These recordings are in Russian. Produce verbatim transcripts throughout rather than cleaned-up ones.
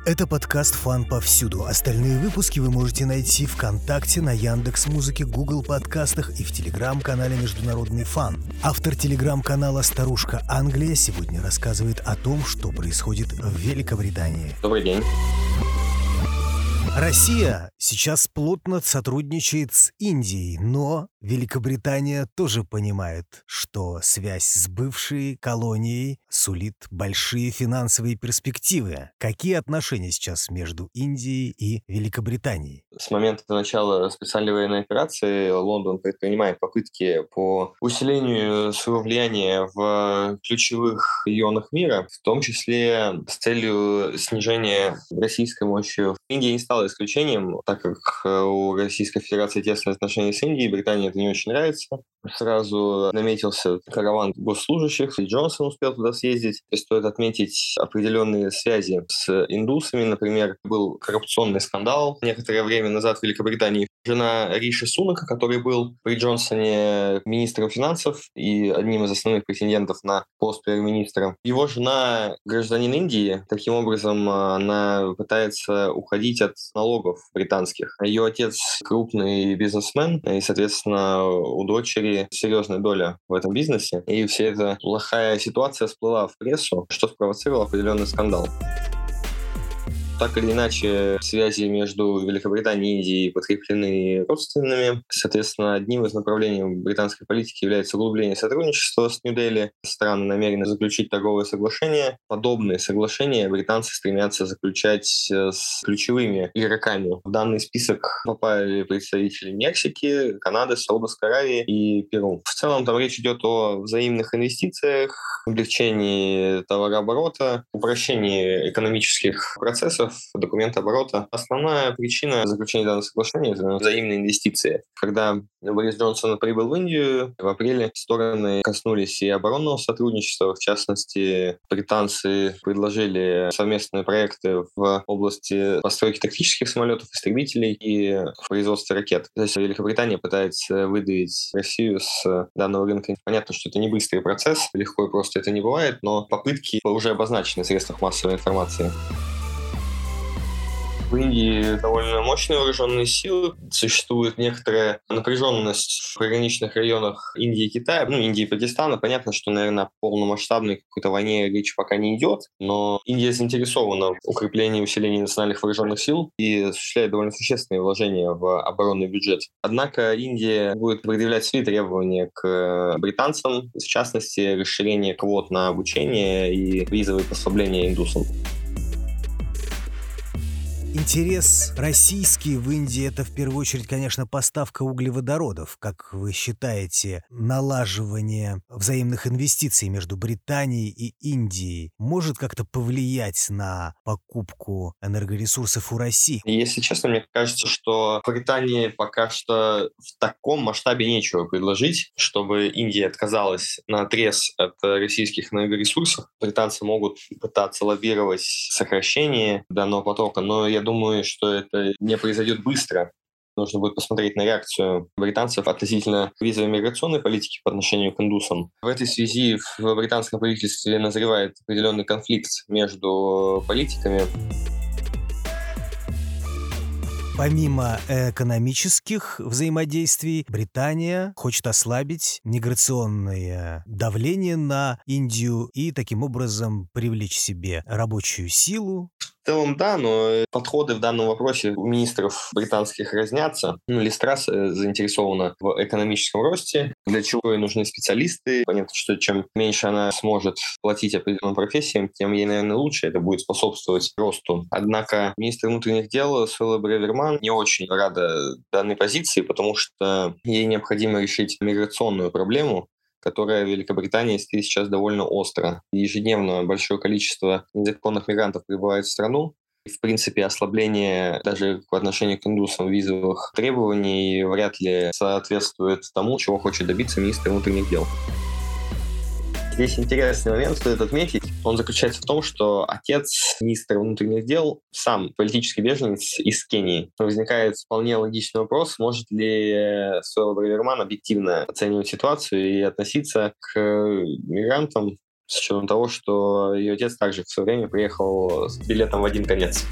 Это подкаст «Фан повсюду». Остальные выпуски вы можете найти ВКонтакте, на Яндекс.Музыке, Google подкастах и в телеграм-канале «Международный фан». Автор телеграм-канала «Старушка Англия» сегодня рассказывает о том, что происходит в Великобритании. Добрый день. Россия сейчас плотно сотрудничает с Индией, но Великобритания тоже понимает, что связь с бывшей колонией сулит большие финансовые перспективы. Какие отношения сейчас между Индией и Великобританией? С момента начала специальной военной операции Лондон предпринимает попытки по усилению своего влияния в ключевых регионах мира, в том числе с целью снижения российской мощи. Индия не стала исключением, так как у Российской Федерации тесные отношения с Индией, Британии это не очень нравится. Сразу наметился караван госслужащих, и Джонсон успел туда съездить. И стоит отметить определенные связи с индусами. Например, был коррупционный скандал некоторое время назад в Великобритании. Жена Риши Сунака, который был при Джонсоне министром финансов и одним из основных претендентов на пост премьер-министра. Его жена гражданин Индии. Таким образом, она пытается уходить от налогов британских. Ее отец крупный бизнесмен, и, соответственно, у дочери серьезная доля в этом бизнесе. И вся эта плохая ситуация всплыла в прессу, что спровоцировало определенный скандал. Так или иначе, связи между Великобританией и Индией подкреплены родственными. Соответственно, одним из направлений британской политики является углубление сотрудничества с Нью-Дели. Страны намерены заключить торговые соглашения. Подобные соглашения британцы стремятся заключать с ключевыми игроками. В данный список попали представители Мексики, Канады, Саудовской Аравии и Перу. В целом там речь идет о взаимных инвестициях, облегчении товарооборота, упрощении экономических процессов, документооборота. Основная причина заключения данного соглашения — это взаимные инвестиции. Когда Борис Джонсон прибыл в Индию, в апреле стороны коснулись и оборонного сотрудничества. В частности, британцы предложили совместные проекты в области постройки тактических самолетов, истребителей и производства ракет. То есть Великобритания пытается выдавить Россию с данного рынка. Понятно, что это не быстрый процесс, легко и просто это не бывает, но попытки уже обозначены в средствах массовой информации. В Индии довольно мощные вооруженные силы. Существует некоторая напряженность в пограничных районах Индии и Китая. Ну, Индии и Пакистана. Понятно, что, наверное, о полномасштабной какой-то войне речь пока не идет, но Индия заинтересована в укреплении и усилении национальных вооруженных сил и осуществляет довольно существенные вложения в оборонный бюджет. Однако Индия будет предъявлять свои требования к британцам, в частности, расширение квот на обучение и визовые послабления индусам. Интерес российский в Индии — это в первую очередь, конечно, поставка углеводородов. Как вы считаете, налаживание взаимных инвестиций между Британией и Индией может как-то повлиять на покупку энергоресурсов у России? Если честно, мне кажется, что Британии пока что в таком масштабе нечего предложить, чтобы Индия отказалась наотрез от российских энергоресурсов. Британцы могут пытаться лоббировать сокращение данного потока, но я думаю, что это не произойдет быстро. Нужно будет посмотреть на реакцию британцев относительно визовой миграционной политики по отношению к индусам. В этой связи в британском правительстве назревает определенный конфликт между политиками. Помимо экономических взаимодействий, Британия хочет ослабить миграционное давление на Индию и таким образом привлечь себе рабочую силу. В целом, да, но подходы в данном вопросе у министров британских разнятся. Ну, Лиз Трасс заинтересована в экономическом росте, для чего ей нужны специалисты. Понятно, что чем меньше она сможет платить определенным профессиям, тем ей, наверное, лучше. Это будет способствовать росту. Однако министр внутренних дел Суэлла Бреверман не очень рада данной позиции, потому что ей необходимо решить миграционную проблему, которая в Великобритании стоит сейчас довольно остро. Ежедневно большое количество незаконных мигрантов прибывает в страну. В принципе, ослабление даже по отношению к индусам визовых требований вряд ли соответствует тому, чего хочет добиться министр внутренних дел. Здесь интересный момент, стоит отметить. Он заключается в том, что отец министра внутренних дел сам политический беженец из Кении. Возникает вполне логичный вопрос, может ли Суэлла Бреверман объективно оценивать ситуацию и относиться к мигрантам с учетом того, что ее отец также в свое время приехал с билетом в один конец.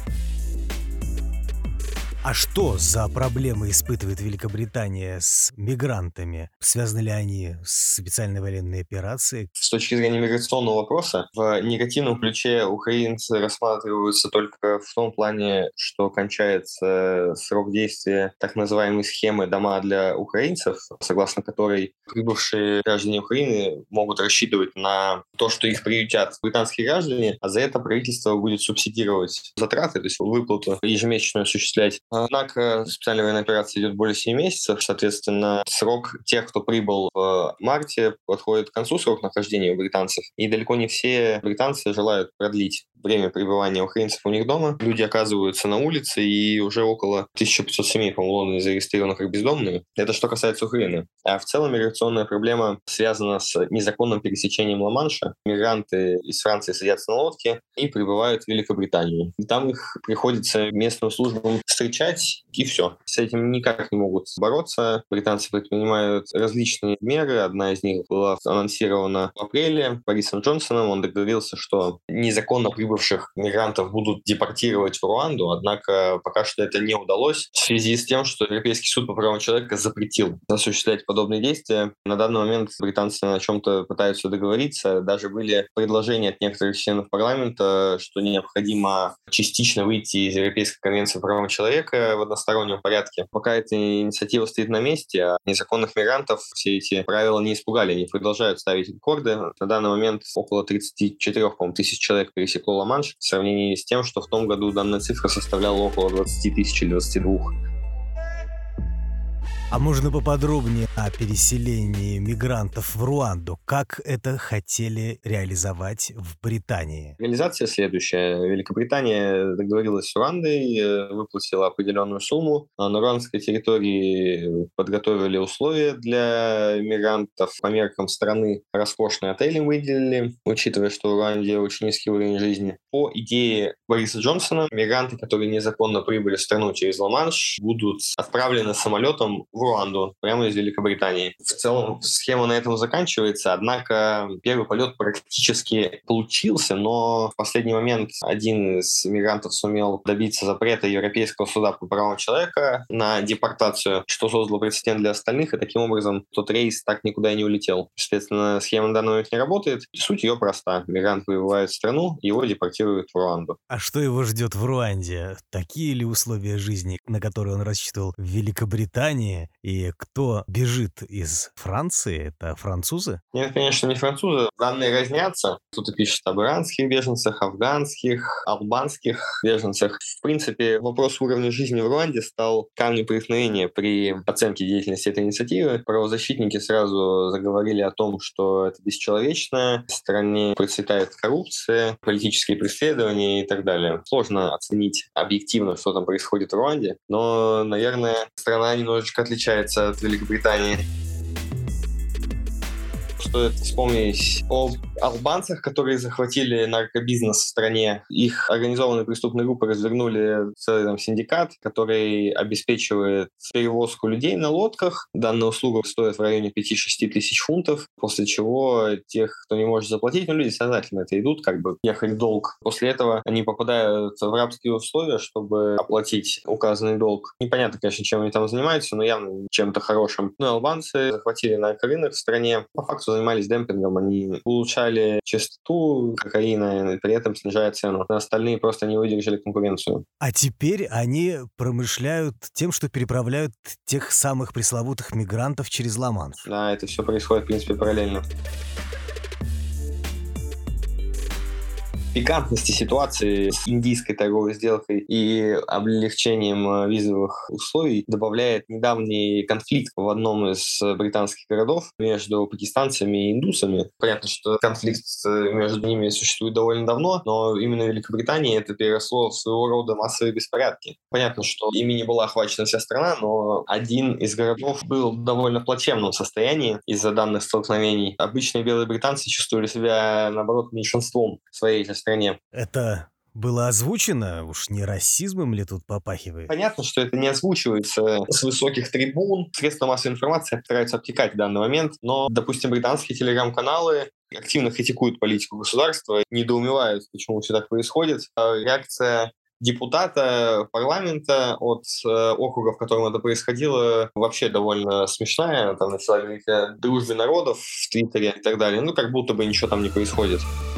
А что за проблемы испытывает Великобритания с мигрантами? Связаны ли они с специальной военной операцией? С точки зрения миграционного вопроса, в негативном ключе украинцы рассматриваются только в том плане, что кончается срок действия так называемой схемы «Дома для украинцев», согласно которой прибывшие граждане Украины могут рассчитывать на то, что их приютят британские граждане, а за это правительство будет субсидировать затраты, то есть выплату ежемесячную осуществлять. Однако специальная военная операция идет более семи месяцев, соответственно, срок тех, кто прибыл в марте, подходит к концу, срок нахождения у британцев, и далеко не все британцы желают продлить время пребывания украинцев у них дома. Люди оказываются на улице, и уже около тысячи пятисот семей, по-моему, в Лондоне зарегистрированы как бездомные. Это что касается Украины. А в целом миграционная проблема связана с незаконным пересечением Ла-Манша. Мигранты из Франции садятся на лодки и прибывают в Великобританию. И там их приходится местным службам встречать, и все. С этим никак не могут бороться. Британцы предпринимают различные меры. Одна из них была анонсирована в апреле Борисом Джонсоном. Он договорился, что незаконно прибывших мигрантов будут депортировать в Руанду, однако пока что это не удалось в связи с тем, что Европейский суд по правам человека запретил осуществлять подобные действия. На данный момент британцы на чем-то пытаются договориться. Даже были предложения от некоторых членов парламента, что необходимо частично выйти из Европейской конвенции по правам человека в одностороннем порядке. Пока эта инициатива стоит на месте, а незаконных мигрантов все эти правила не испугали. Они продолжают ставить рекорды. На данный момент около тридцать четыре тысяч человек пересекло Ла-Манш, в сравнении с тем, что в том году данная цифра составляла около двадцать тысяч или двадцать два. А можно поподробнее о переселении мигрантов в Руанду? Как это хотели реализовать в Британии? Реализация следующая. Великобритания договорилась с Руандой, выплатила определенную сумму. На руандской территории подготовили условия для мигрантов по меркам страны. Роскошные отели выделили, учитывая, что в Руанде очень низкий уровень жизни. По идее Бориса Джонсона, мигранты, которые незаконно прибыли в страну через Ла-Манш, будут отправлены самолетом в Руанду, прямо из Великобритании. В целом схема на этом заканчивается, однако первый полет практически получился, но в последний момент один из мигрантов сумел добиться запрета Европейского суда по правам человека на депортацию, что создало прецедент для остальных, и таким образом тот рейс так никуда и не улетел. Соответственно, схема на данный момент не работает. Суть ее проста. Мигрант прибывает в страну, его депортируют в Руанду. А что его ждет в Руанде? Такие ли условия жизни, на которые он рассчитывал в Великобритании? И кто бежит из Франции? Это французы? Нет, конечно, не французы. Данные разнятся. Кто-то пишет об иранских беженцах, афганских, албанских беженцах. В принципе, вопрос уровня жизни в Руанде стал камнем преткновения при оценке деятельности этой инициативы. Правозащитники сразу заговорили о том, что это бесчеловечно, в стране процветает коррупция, политические преследования и так далее. Сложно оценить объективно, что там происходит в Руанде, но, наверное, страна немножечко отличается от Великобритании. Стоит вспомнить о албанцах, которые захватили наркобизнес в стране. Их организованные преступные группы развернули целый там синдикат, который обеспечивает перевозку людей на лодках. Данная услуга стоит в районе пяти-шести тысяч фунтов, после чего тех, кто не может заплатить, ну, люди сознательно это идут, как бы ехать в долг. После этого они попадают в рабские условия, чтобы оплатить указанный долг. Непонятно, конечно, чем они там занимаются, но явно чем-то хорошим. Ну, албанцы захватили наркорынок в стране. По факту занимались демпингом, они улучшали частоту кокаина, и при этом снижая цену. Остальные просто не выдержали конкуренцию. А теперь они промышляют тем, что переправляют тех самых пресловутых мигрантов через Ла-Манш. Да, это все происходит, в принципе, параллельно. Пикантности ситуации с индийской торговой сделкой и облегчением визовых условий добавляет недавний конфликт в одном из британских городов между пакистанцами и индусами. Понятно, что конфликт между ними существует довольно давно, но именно в Великобритании это переросло в своего рода массовые беспорядки. Понятно, что ими не была охвачена вся страна, но один из городов был в довольно плачевном состоянии из-за данных столкновений. Обычные белые британцы чувствовали себя, наоборот, меньшинством в своей же стране. Это было озвучено? Уж не расизмом ли тут попахивает? Понятно, что это не озвучивается с высоких трибун. Средства массовой информации стараются обтекать в данный момент, но, допустим, британские телеграм-каналы активно критикуют политику государства, недоумевают, почему все так происходит. Реакция депутата парламента от э, округа, в котором это происходило, вообще довольно смешная. Там начала говорить о дружбе народов в Твиттере и так далее. Ну, как будто бы ничего там не происходит.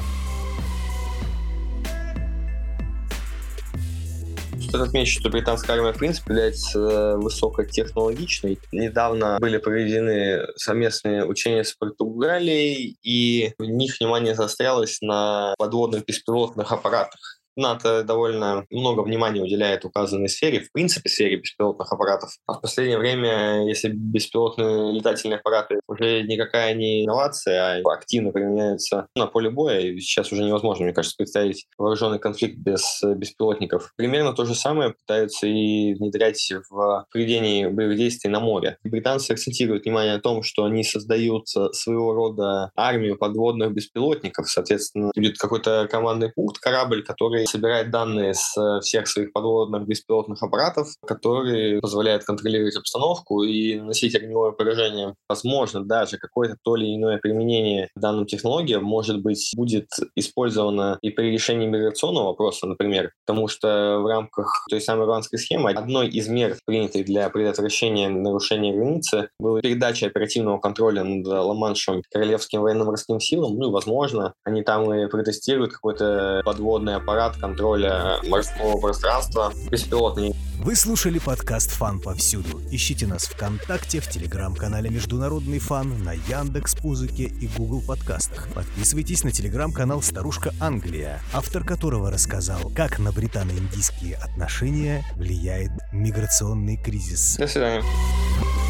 Стоит отметить, что британская армия, в принципе, является высокотехнологичной. Недавно были проведены совместные учения с Португалией, и в них внимание заострялось на подводных беспилотных аппаратах. НАТО довольно много внимания уделяет указанной сфере, в принципе, сфере беспилотных аппаратов. А в последнее время, если беспилотные летательные аппараты уже никакая не инновация, а активно применяются на поле боя, и сейчас уже невозможно, мне кажется, представить вооруженный конфликт без беспилотников. Примерно то же самое пытаются и внедрять в проведении боевых действий на море. Британцы акцентируют внимание на том, что они создают своего рода армию подводных беспилотников. Соответственно, будет какой-то командный пункт, корабль, который собирает данные с всех своих подводных беспилотных аппаратов, которые позволяют контролировать обстановку и наносить огневое поражение. Возможно, даже какое-то то или иное применение данным технологиям, может быть, будет использовано и при решении миграционного вопроса, например, потому что в рамках той самой ирландской схемы одной из мер, принятой для предотвращения нарушения границы, была передача оперативного контроля над Ла-Маншем Королевским военно-морским силам. Ну и, возможно, они там и протестируют какой-то подводный аппарат контроля морского пространства беспилотный. Вы слушали подкаст «Фан повсюду». Ищите нас ВКонтакте, в Телеграм-канале «Международный фан», на Яндекс.Музыке и Google подкастах. Подписывайтесь на Телеграм-канал «Старушка Англия», автор которого рассказал, как на британо-индийские отношения влияет миграционный кризис. До свидания.